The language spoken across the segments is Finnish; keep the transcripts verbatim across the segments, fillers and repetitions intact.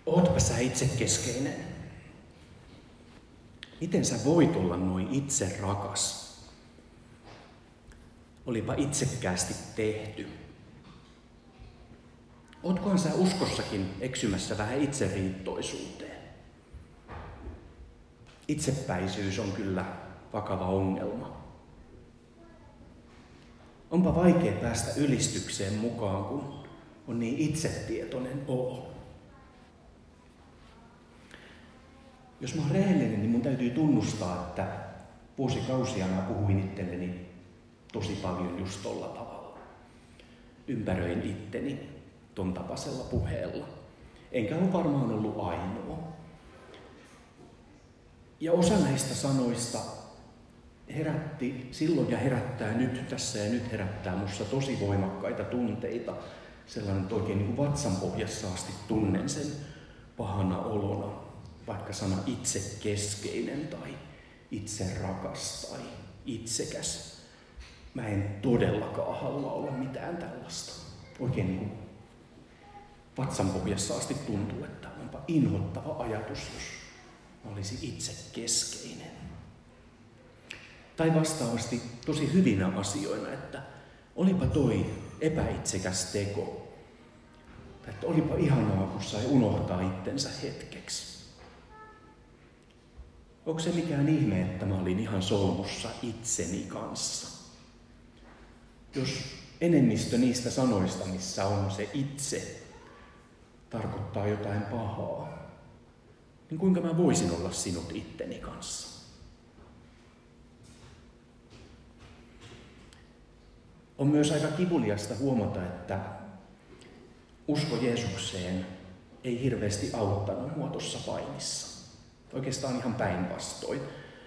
Ootpa sä itsekeskeinen. Miten sä voit olla noin itse rakas? Olipa itsekkäästi tehty. Ootkohan sä uskossakin eksymässä vähän itseriittoisuuteen? Itsepäisyys on kyllä vakava ongelma. Onpa vaikea päästä ylistykseen mukaan, kun on niin itsetietoinen olo. Jos mä oon rehellinen, niin mun täytyy tunnustaa, että vuosikausia mä puhuin itselleni tosi paljon just tolla tavalla. Ympäröin itteni ton tapaisella puheella. Enkä ole varmaan ollut ainoa. Ja osa näistä sanoista herätti silloin ja herättää nyt tässä ja nyt herättää musta tosi voimakkaita tunteita. Sellainen, että oikein niin kuin vatsan pohjassa asti tunnen sen pahana olona. Vaikka sana itsekeskeinen tai itse rakas tai itsekäs. Mä en todellakaan halua olla mitään tällaista. Oikein niin kuin vatsan pohjassa asti tuntuu, että onpa inhottava ajatus, jos mä olisin itsekeskeinen. Tai vastaavasti tosi hyvinä asioina, että olipa toi epäitsekäs teko. Tai että olipa ihanaa, kun sai unohtaa itsensä hetkeksi. Onko se mikään ihme, että mä olin ihan solmussa itseni kanssa? Jos enemmistö niistä sanoista, missä on se itse, tarkoittaa jotain pahaa, niin kuinka mä voisin olla sinut itteni kanssa? On myös aika kivuliasta huomata, että usko Jeesukseen ei hirveästi auttanut mua tuossa painissa. Oikeastaan ihan päinvastoin.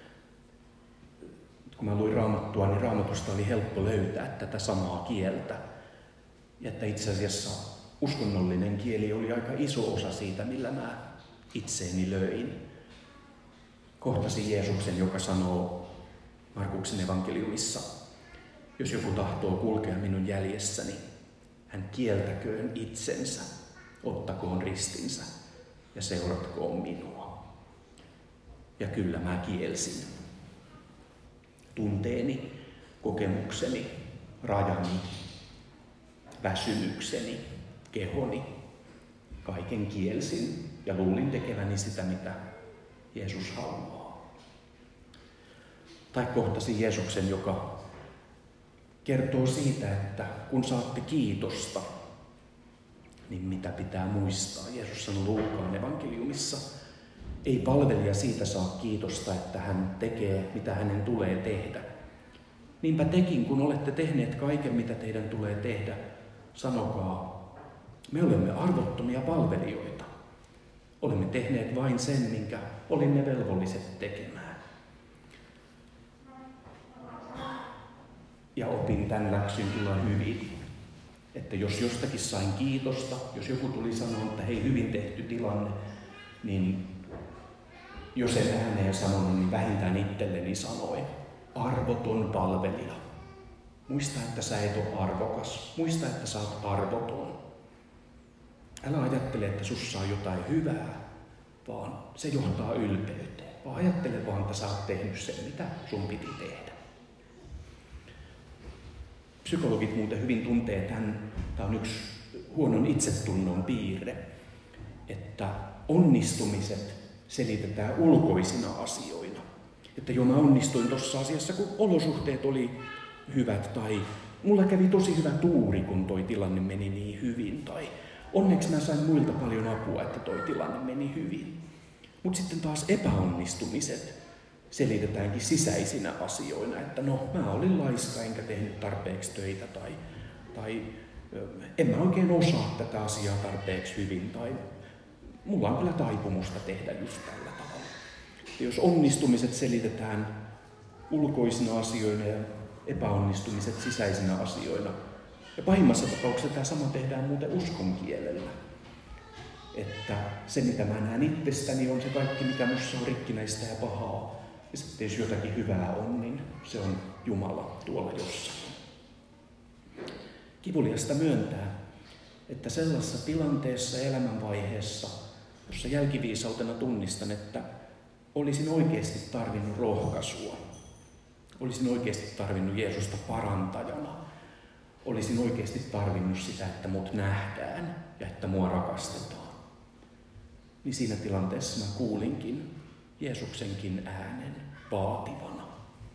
Kun mä luin Raamattua, niin Raamatusta oli helppo löytää tätä samaa kieltä. Ja että itse asiassa uskonnollinen kieli oli aika iso osa siitä, millä mä itseeni löin. Kohtasin Jeesuksen, joka sanoo Markuksen evankeliumissa, jos joku tahtoo kulkea minun jäljessäni, hän kieltäköön itsensä, ottakoon ristinsä ja seuratkoon minua. Ja kyllä mä kielsin. Tunteeni, kokemukseni, rajani, väsymykseni, kehoni, kaiken kielsin ja luulin tekeväni sitä, mitä Jeesus haluaa. Tai kohtasin Jeesuksen, joka kertoo siitä, että kun saatte kiitosta, niin mitä pitää muistaa. Jeesus sanoi Luukkaan evankeliumissa, ei palvelija siitä saa kiitosta, että hän tekee, mitä hänen tulee tehdä. Niinpä tekin, kun olette tehneet kaiken, mitä teidän tulee tehdä, sanokaa, me olemme arvottomia palvelijoita. Olemme tehneet vain sen, minkä olimme velvolliset tekemään. Ja opin tämän läksyn kyllä hyvin, että jos jostakin sain kiitosta, jos joku tuli sanoa, että hei, hyvin tehty tilanne, niin jos en ääneen sanonut, niin vähintään itselleni sanoin, arvoton palvelija. Muista, että sä et ole arvokas. Muista, että sä oot arvoton. Älä ajattele, että sussa on jotain hyvää, vaan se johtaa ylpeyteen. Vaan ajattele vaan, että sä oot tehnyt sen, mitä sun piti tehdä. Psykologit muuten hyvin tuntee tämän, tämä on yksi huonon itsetunnon piirre, että onnistumiset selitetään ulkoisina asioina. Että joo, mä onnistuin tuossa asiassa, kun olosuhteet oli hyvät, tai mulla kävi tosi hyvä tuuri, kun toi tilanne meni niin hyvin, tai onneksi mä sain muilta paljon apua, että toi tilanne meni hyvin. Mutta sitten taas epäonnistumiset selitetäänkin sisäisinä asioina, että no, mä olin laiska enkä tehnyt tarpeeksi töitä, tai, tai en mä oikein osaa tätä asiaa tarpeeksi hyvin, tai mulla on kyllä taipumusta tehdä just tällä tavalla. Ja jos onnistumiset selitetään ulkoisina asioina ja epäonnistumiset sisäisinä asioina, ja pahimmassa tapauksessa tämä sama tehdään muuten uskon kielellä. Että se, mitä mä näen itsestäni, on se kaikki, mikä minussa on rikkinäistä ja pahaa. Ja sitten jos jotakin hyvää on, niin se on Jumala tuolla jossakin. Kivuliasta myöntää, että sellaisessa tilanteessa elämänvaiheessa jossa jälkiviisautena tunnistan, että olisin oikeasti tarvinnut rohkaisua. Olisin oikeasti tarvinnut Jeesusta parantajana. Olisin oikeasti tarvinnut sitä, että mut nähdään ja että mua rakastetaan. Niin siinä tilanteessa mä kuulinkin Jeesuksenkin äänen vaativana.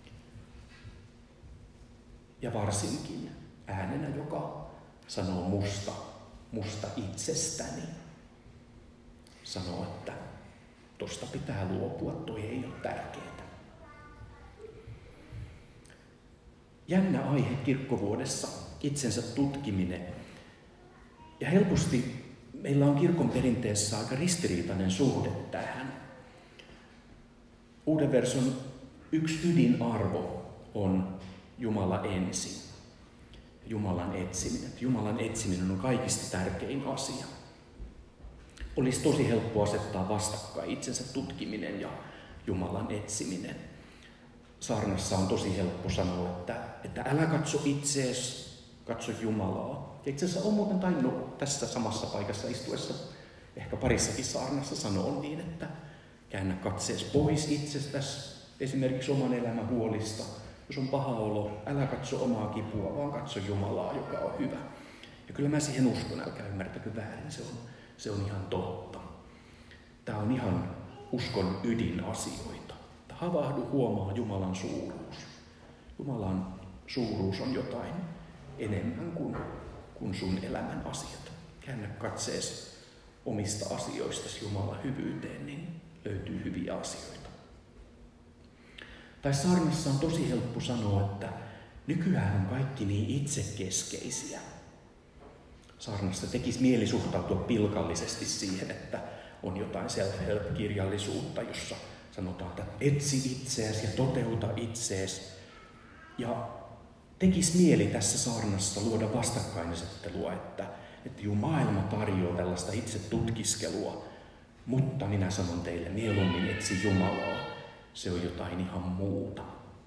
Ja varsinkin äänenä, joka sanoo musta, musta itsestäni. Sanoo, että tosta pitää luopua, toi ei ole tärkeää. Jännä aihe kirkkovuodessa, itsensä tutkiminen. Ja helposti meillä on kirkon perinteessä aika ristiriitainen suhde tähän. Uuden version yksi ydinarvo on Jumala ensin. Jumalan etsiminen. Jumalan etsiminen on kaikista tärkein asia. Olisi tosi helppo asettaa vastakkain itsensä tutkiminen ja Jumalan etsiminen. Saarnassa on tosi helppo sanoa, että, että älä katso itseesi, katso Jumalaa. Ja itse asiassa on muuten tainnut tässä samassa paikassa istuessa, ehkä parissakin saarnassa sanoa niin, että käännä katseesi pois itsestäsi, esimerkiksi oman elämän huolista. Jos on paha olo, älä katso omaa kipua, vaan katso Jumalaa, joka on hyvä. Ja kyllä mä siihen uskon, älkää ymmärtäkö väärin, se on, se on ihan totta. Tämä on ihan uskon ydinasioita. Havahdu, huomaa Jumalan suuruus. Jumalan suuruus on jotain enemmän kuin, kuin sun elämän asiat. Käännä katseesi omista asioistasi Jumalan hyvyyteen, niin löytyy hyviä asioita. Tai saarnassa on tosi helppo sanoa, että nykyään on kaikki niin itsekeskeisiä. Saarnassa tekisi mieli suhtautua pilkallisesti siihen, että on jotain self-help-kirjallisuutta, jossa sanotaan, että etsi itseäsi ja toteuta itseäsi. Ja tekisi mieli tässä saarnassa luoda vastakkainasettelua, että, että juu, maailma tarjoaa tällaista itse tutkiskelua, mutta minä sanon teille, mieluummin etsi Jumalaa. Se on jotain ihan muuta.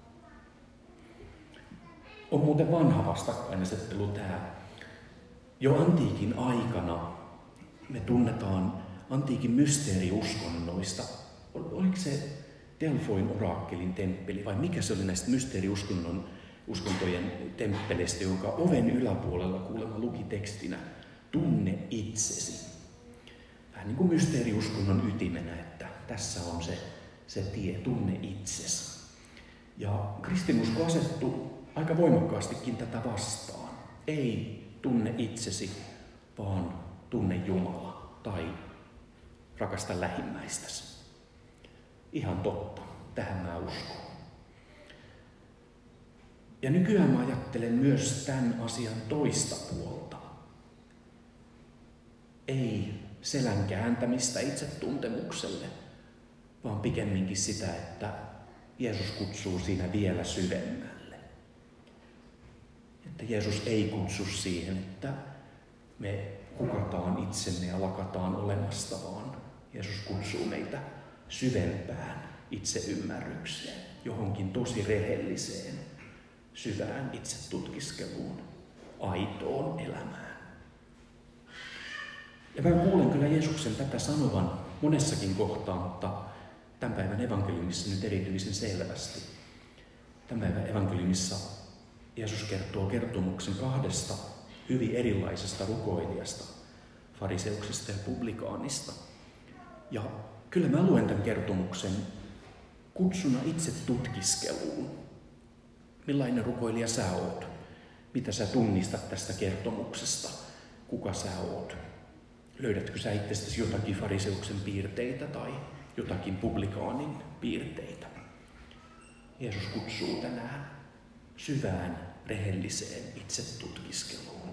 On muuten vanha vastakkainasettelu tämä. Jo antiikin aikana me tunnetaan antiikin mysteeriuskonnoista. Oliko se Delfoin oraakkelin temppeli vai mikä se oli näistä mysteeriuskonnon uskontojen temppeleistä, jonka oven yläpuolella kuulemma luki tekstinä tunne itsesi. Vähän niin kuin mysteeriuskonnon ytimenä, että tässä on se, se tie, tunne itsesi. Ja kristinusko asettui aika voimakkaastikin tätä vastaan. Ei tunne itsesi, vaan tunne Jumala tai rakasta lähimmäistäsi. Ihan totta, tähän mä uskon. Ja nykyään mä ajattelen myös tämän asian toista puolta. Ei selän kääntämistä itsetuntemukselle, vaan pikemminkin sitä, että Jeesus kutsuu siinä vielä syvemmälle. Että Jeesus ei kutsu siihen, että me hukataan itsemme ja lakataan olemasta, vaan Jeesus kutsuu meitä syvempään itseymmärrykseen, johonkin tosi rehelliseen, syvään itsetutkiskeluun, aitoon elämään. Ja mä kuulen kyllä Jeesuksen tätä sanovan monessakin kohtaa, mutta tämän päivän evankeliumissa nyt erityisen selvästi. Tämän päivän evankeliumissa Jeesus kertoo kertomuksen kahdesta hyvin erilaisesta rukoilijasta, fariseuksesta ja publikaanista. Ja kyllä mä luen tämän kertomuksen kutsuna itse tutkiskeluun. Millainen rukoilija sä oot? Mitä sä tunnistat tästä kertomuksesta? Kuka sä oot? Löydätkö sä itsestäsi jotakin fariseuksen piirteitä tai jotakin publikaanin piirteitä? Jeesus kutsuu tänään syvään, rehelliseen itsetutkiskeluun.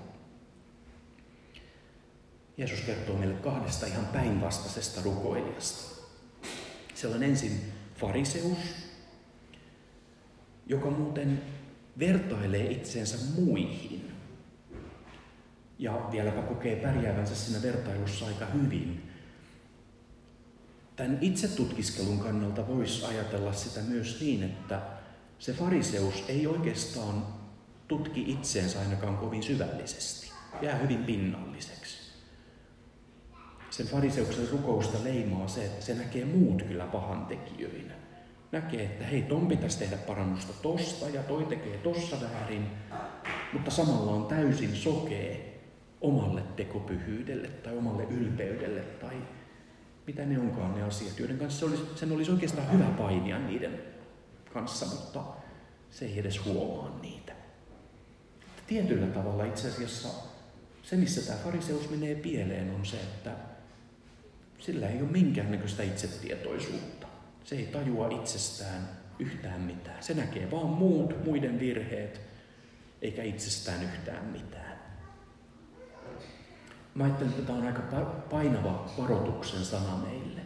Jeesus kertoo meille kahdesta ihan päinvastaisesta rukoilijasta. Siellä on ensin fariseus, joka muuten vertailee itsensä muihin. Ja vieläpä kokee pärjäävänsä siinä vertailussa aika hyvin. Tämän itsetutkiskelun kannalta voisi ajatella sitä myös niin, että se fariseus ei oikeastaan tutki itseensä ainakaan kovin syvällisesti. Jää hyvin pinnalliseksi. sen fariseuksen rukousta leimaa se, että se näkee muut kyllä pahantekijöinä. Näkee, että hei, ton pitäisi tehdä parannusta tosta ja toi tekee tossa väärin, mutta samalla on täysin sokea omalle tekopyhyydelle tai omalle ylpeydelle tai mitä ne onkaan ne asiat, joiden kanssa se olisi, sen olisi oikeastaan hyvä painia niiden kanssa, mutta se ei edes huomaa niitä. Tietyllä tavalla itse asiassa se, missä tämä fariseus menee pieleen, on se, että sillä ei ole minkäännäköistä itsetietoisuutta. Se ei tajua itsestään yhtään mitään. Se näkee vaan muut, muiden virheet, eikä itsestään yhtään mitään. Mä ajattelen, että tämä on aika painava varoituksen sana meille.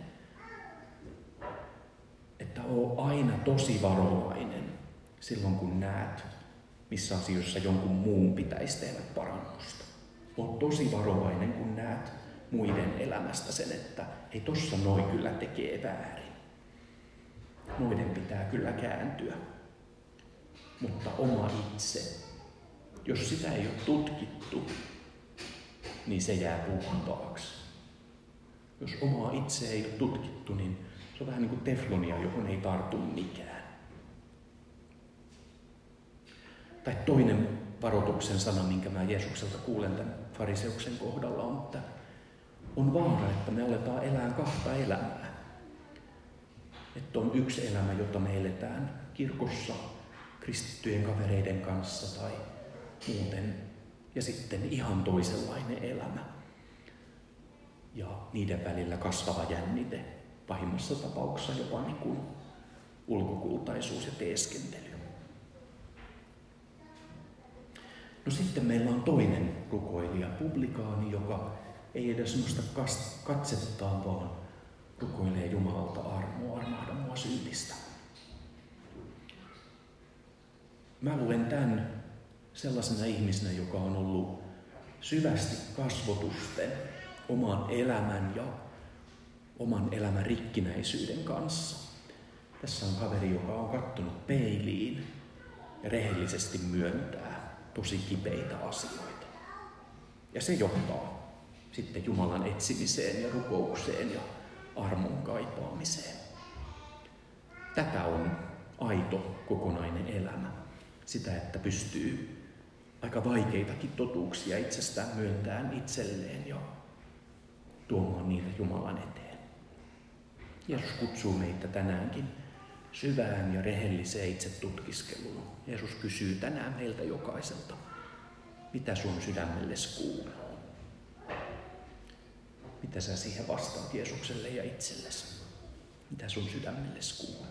Että oo aina tosi varovainen silloin, kun näet, missä asioissa jonkun muun pitäisi tehdä parannusta. Oo tosi varovainen, kun näet muiden elämästä sen, että ei tossa noi kyllä tekee väärin. Noiden pitää kyllä kääntyä. Mutta oma itse, jos sitä ei ole tutkittu, niin se jää puhtaaksi. Jos omaa itse ei ole tutkittu, niin se on vähän niin kuin teflonia, johon ei tartu mikään. Tai toinen varoituksen sana, minkä mä Jeesukselta kuulen tämän fariseuksen kohdalla, on, että on vaara, että me aletaan elää kahta elämää. Että on yksi elämä, jota me eletään kirkossa kristittyjen kavereiden kanssa tai muuten, ja sitten ihan toisenlainen elämä. Ja niiden välillä kasvava jännite, pahimmassa tapauksessa jopa niin kuin ulkokultaisuus ja teeskentely. No sitten meillä on toinen rukoilija, publikaani, joka ei edes nosta katsettaan, vaan rukoilee Jumalalta armoa, armahda mua syyllistä. Mä luen tämän sellaisena ihmisenä, joka on ollut syvästi kasvotusten oman elämän ja oman elämän rikkinäisyyden kanssa. Tässä on kaveri, joka on katsonut peiliin ja rehellisesti myöntää tosi kipeitä asioita. Ja se johtaa sitten Jumalan etsimiseen ja rukoukseen ja armon kaipaamiseen. Tätä on aito kokonainen elämä. Sitä, että pystyy aika vaikeitakin totuuksia itsestään myöntämään itselleen ja tuomaan niitä Jumalan eteen. Jeesus kutsuu meitä tänäänkin syvään ja rehelliseen itsetutkiskeluun. Jeesus kysyy tänään meiltä jokaiselta, mitä sun sydämellesi kuuluu? Mitä sä siihen vastaat Jeesukselle ja itsellesi? Mitä sun sydämellesi kuuluu?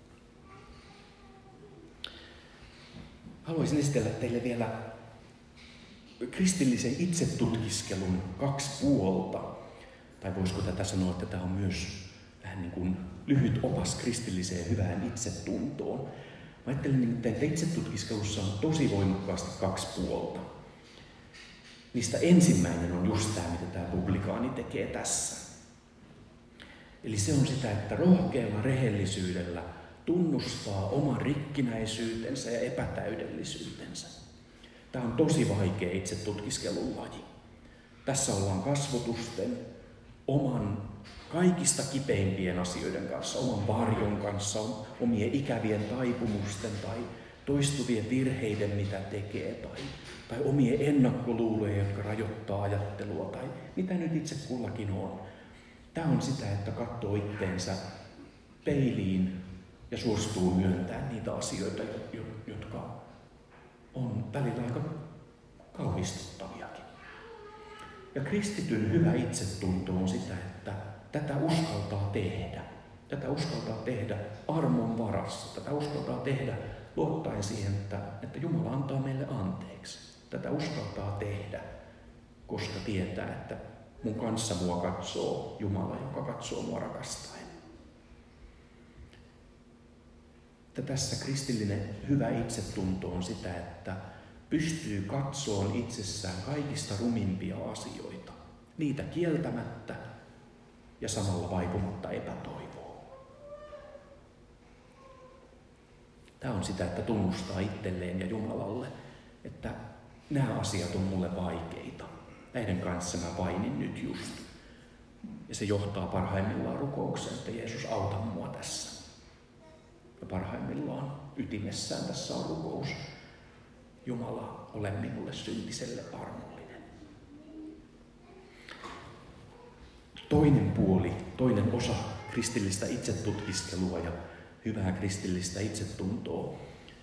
Haluaisin esitellä teille vielä kristillisen itsetutkiskelun kaksi puolta. Tai voisiko tätä sanoa, että tämä on myös vähän niin kuin lyhyt opas kristilliseen hyvään itsetuntoon. Mä ajattelin nimittäin, että itsetutkiskelussa on tosi voimakkaasti kaksi puolta. Niistä ensimmäinen on just tämä, mitä tämä publikaani tekee tässä. Eli se on sitä, että rohkealla rehellisyydellä tunnustaa oman rikkinäisyytensä ja epätäydellisyytensä. Tämä on tosi vaikea itsetutkiskelun laji. Tässä ollaan kasvotusten, oman kaikista kipeimpien asioiden kanssa, oman varjon kanssa, omien ikävien taipumusten tai toistuvien virheiden, mitä tekee, tai, tai omien ennakkoluulojen, jotka rajoittaa ajattelua, tai mitä nyt itse kullakin on. Tämä on sitä, että katsoo itteensä peiliin ja suostuu myöntämään niitä asioita, jotka on välillä aika kauhistuttaviakin. Ja kristityn hyvä itsetunto on sitä, että tätä uskaltaa tehdä. Tätä uskaltaa tehdä armon varassa. Tätä uskaltaa tehdä luottaen siihen, että, että Jumala antaa meille anteeksi. Tätä uskaltaa tehdä, koska tietää, että mun kanssa mua katsoo Jumala, joka katsoo mua rakastaen. Että tässä kristillinen hyvä itsetunto on sitä, että pystyy katsoon itsessään kaikista rumimpia asioita, niitä kieltämättä ja samalla vaipumatta epätoivoon. Tämä on sitä, että tunnustaa itselleen ja Jumalalle, että nämä asiat on mulle vaikeita. Näiden kanssa mä painin nyt just. Ja se johtaa parhaimmillaan rukoukseen, että Jeesus auta mua tässä. Ja parhaimmillaan ytimessään tässä on rukous. Jumala, ole minulle syntiselle armollinen. Toinen puoli, toinen osa kristillistä itsetutkiskelua ja hyvää kristillistä itsetuntoa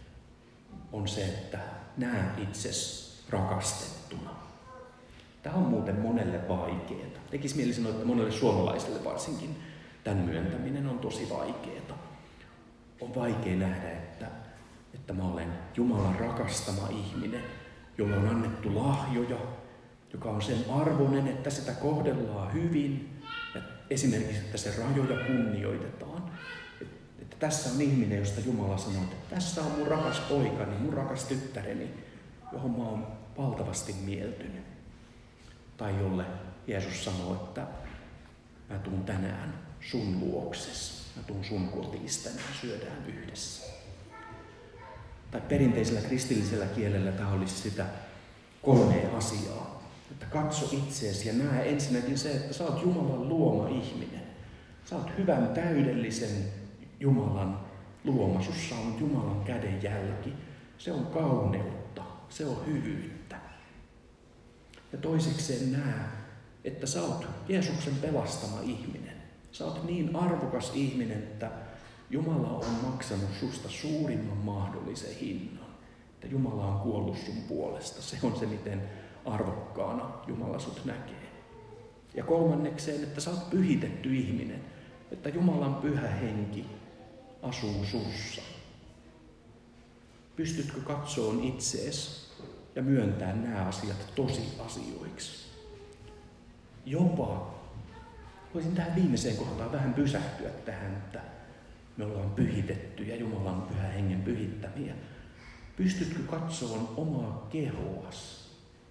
on se, että näe itsesi rakastettuna. Tämä on muuten monelle vaikeaa. Tekisi mieli sanoa, että monelle suomalaiselle varsinkin tämän myöntäminen on tosi vaikeaa. On vaikea nähdä, että, että mä olen Jumalan rakastama ihminen, jolle on annettu lahjoja, joka on sen arvoinen, että sitä kohdellaan hyvin. Ja esimerkiksi, että se rajoja kunnioitetaan. Että tässä on ihminen, josta Jumala sanoo, että tässä on mun rakas poikani, mun rakas tyttäreni, johon mä oon valtavasti mieltynyt. Tai jolle Jeesus sanoo, että mä tuun tänään sun luokses, mä tuun sun kotiin, tänään syödään yhdessä. Tai perinteisellä kristillisellä kielellä tämä olisi sitä kolmea asiaa. Että katso itseesi ja näe ensinnäkin se, että sä oot Jumalan luoma ihminen. Sä oot hyvän, täydellisen Jumalan luoma. Sussa on Jumalan kädenjälki. Se on kauneutta. Se on hyvyyttä. Ja toisekseen näe, että sä oot Jeesuksen pelastama ihminen. Sä oot niin arvokas ihminen, että Jumala on maksanut susta suurimman mahdollisen hinnan. Että Jumala on kuollut sun puolesta. Se on se, miten arvokkaana Jumala sut näkee. Ja kolmannekseen, että sä oot pyhitetty ihminen. Että Jumalan pyhä henki asuu sussa. Pystytkö katsoon itseesi ja myöntää nämä asiat tosiasioiksi? Jopa, voisin tähän viimeiseen kohtaan vähän pysähtyä tähän, että me ollaan pyhitetty ja Jumalan pyhän hengen pyhittämiä. Pystytkö katsoon omaa kehoas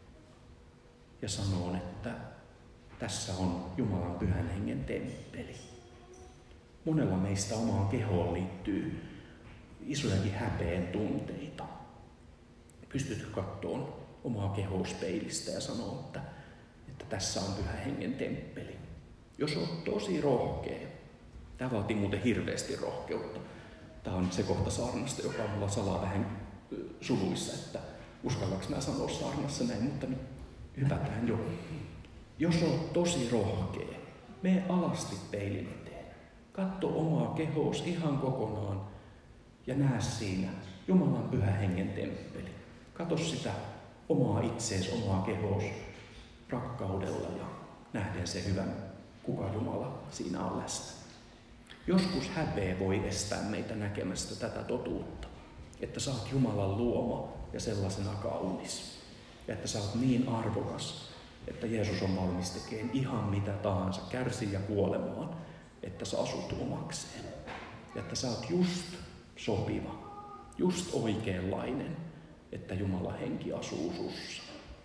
ja sanoon, että tässä on Jumalan pyhän hengen temppeli? Monella meistä omaan kehoon liittyy isojakin häpeen tunteita. Pystytkö katsoon omaa kehoa peilistä ja sanoa, että, että tässä on pyhän hengen temppeli? Jos olet tosi rohkea, tämä vaatii muuten hirveästi rohkeutta. Tämä on se kohta saarnasta, joka on mulla salaa vähän suluissa, että uskallaks mä sanoa saarnassa näin, mutta nyt hypätään jo. Jos olet tosi rohkea, mene alasti peilin eteen. Katso omaa kehoos ihan kokonaan ja näe siinä Jumalan pyhän hengen temppeli. Katso sitä omaa itseesi, omaa kehoos rakkaudella ja nähden se hyvän, kuka Jumala siinä on läsnä. Joskus häpeä voi estää meitä näkemästä tätä totuutta, että sä oot Jumalan luoma ja sellaisena kaunis. Ja että sä oot niin arvokas, että Jeesus on valmis tekemään ihan mitä tahansa, kärsiä ja kuolemaan, että sä asut omakseen. Ja että sä oot just sopiva, just oikeanlainen, että Jumalan henki asuu sussa.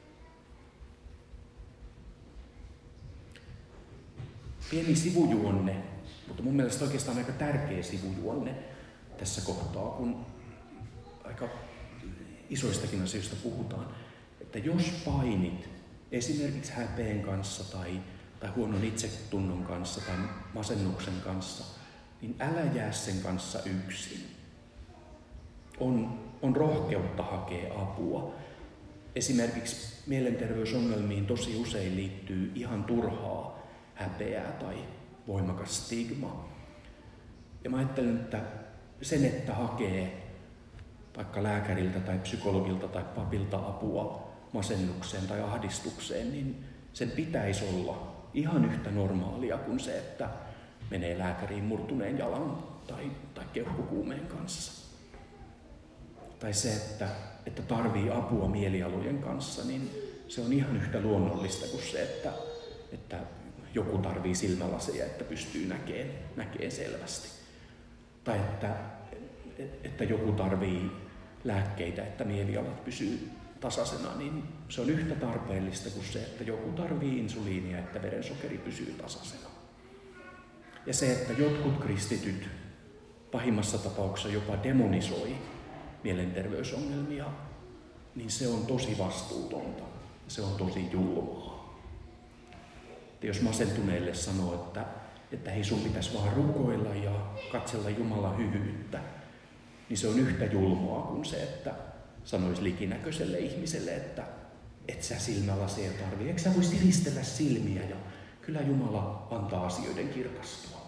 Pieni sivujuonne, mutta mun mielestä oikeastaan aika tärkeä sivujuonne tässä kohtaa, kun aika isoistakin asioista puhutaan, että jos painit esimerkiksi häpeen kanssa tai, tai huonon itsetunnon kanssa tai masennuksen kanssa, niin älä jää sen kanssa yksin. On, on rohkeutta hakea apua. Esimerkiksi mielenterveysongelmiin tosi usein liittyy ihan turhaa häpeää tai voimakas stigma. Ja mä ajattelen, että sen, että hakee vaikka lääkäriltä tai psykologilta tai papilta apua masennukseen tai ahdistukseen, niin sen pitäisi olla ihan yhtä normaalia kuin se, että menee lääkäriin murtuneen jalan tai, tai keuhkokuumeen kanssa. Tai se, että, että tarvii apua mielialojen kanssa, niin se on ihan yhtä luonnollista kuin se, että, että joku tarvii silmälaseja, että pystyy näkemään, näkemään selvästi. Tai että, että joku tarvii lääkkeitä, että mielialat pysyy tasaisena, niin se on yhtä tarpeellista kuin se, että joku tarvii insuliinia, että verensokeri pysyy tasaisena. Ja se, että jotkut kristityt pahimmassa tapauksessa jopa demonisoi mielenterveysongelmia, niin se on tosi vastuutonta. Se on tosi julmaa. Että jos masentuneelle sanoo, että, että hei sun pitäisi vaan rukoilla ja katsella Jumalan hyvyyttä, niin se on yhtä julmaa kuin se, että sanoisi likinäköiselle ihmiselle, että et sä silmälaseja tarvii, eikö sä voi silistellä silmiä ja kyllä Jumala antaa asioiden kirkastua.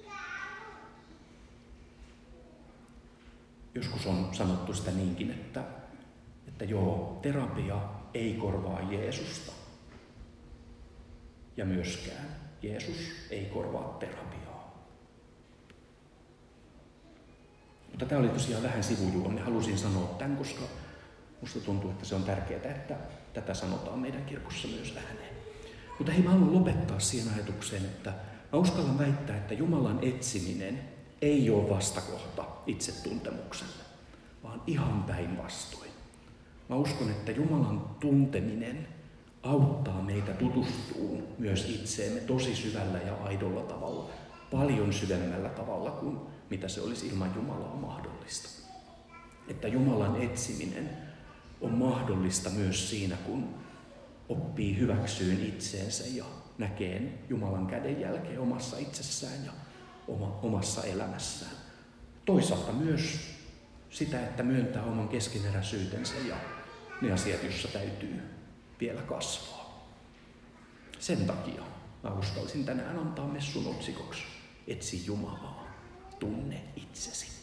Joskus on sanottu sitä niinkin, että, että joo, terapia ei korvaa Jeesusta. Ja myöskään Jeesus ei korvaa terapiaa. Mutta tämä oli tosiaan vähän sivujuonne. Halusin sanoa tämän, koska musta tuntuu, että se on tärkeää, että tätä sanotaan meidän kirkossa myös ääneen. Mutta hei, mä haluan lopettaa siihen ajatukseen, että mä uskallan väittää, että Jumalan etsiminen ei ole vastakohta itsetuntemukselle, vaan ihan päinvastoin. Mä uskon, että Jumalan tunteminen auttaa meitä tutustumaan myös itseemme tosi syvällä ja aidolla tavalla, paljon syvemmällä tavalla kuin mitä se olisi ilman Jumalaa mahdollista. Että Jumalan etsiminen on mahdollista myös siinä, kun oppii hyväksyyn itseensä ja näkee Jumalan kädenjälkeen omassa itsessään ja oma, omassa elämässään. Toisaalta myös sitä, että myöntää oman keskeneräisyytensä ja ne asiat, joissa täytyy vielä kasvaa. Sen takia mä uskallisin tänään antaa messun otsikoksi: etsi Jumalaa, tunne itsesi.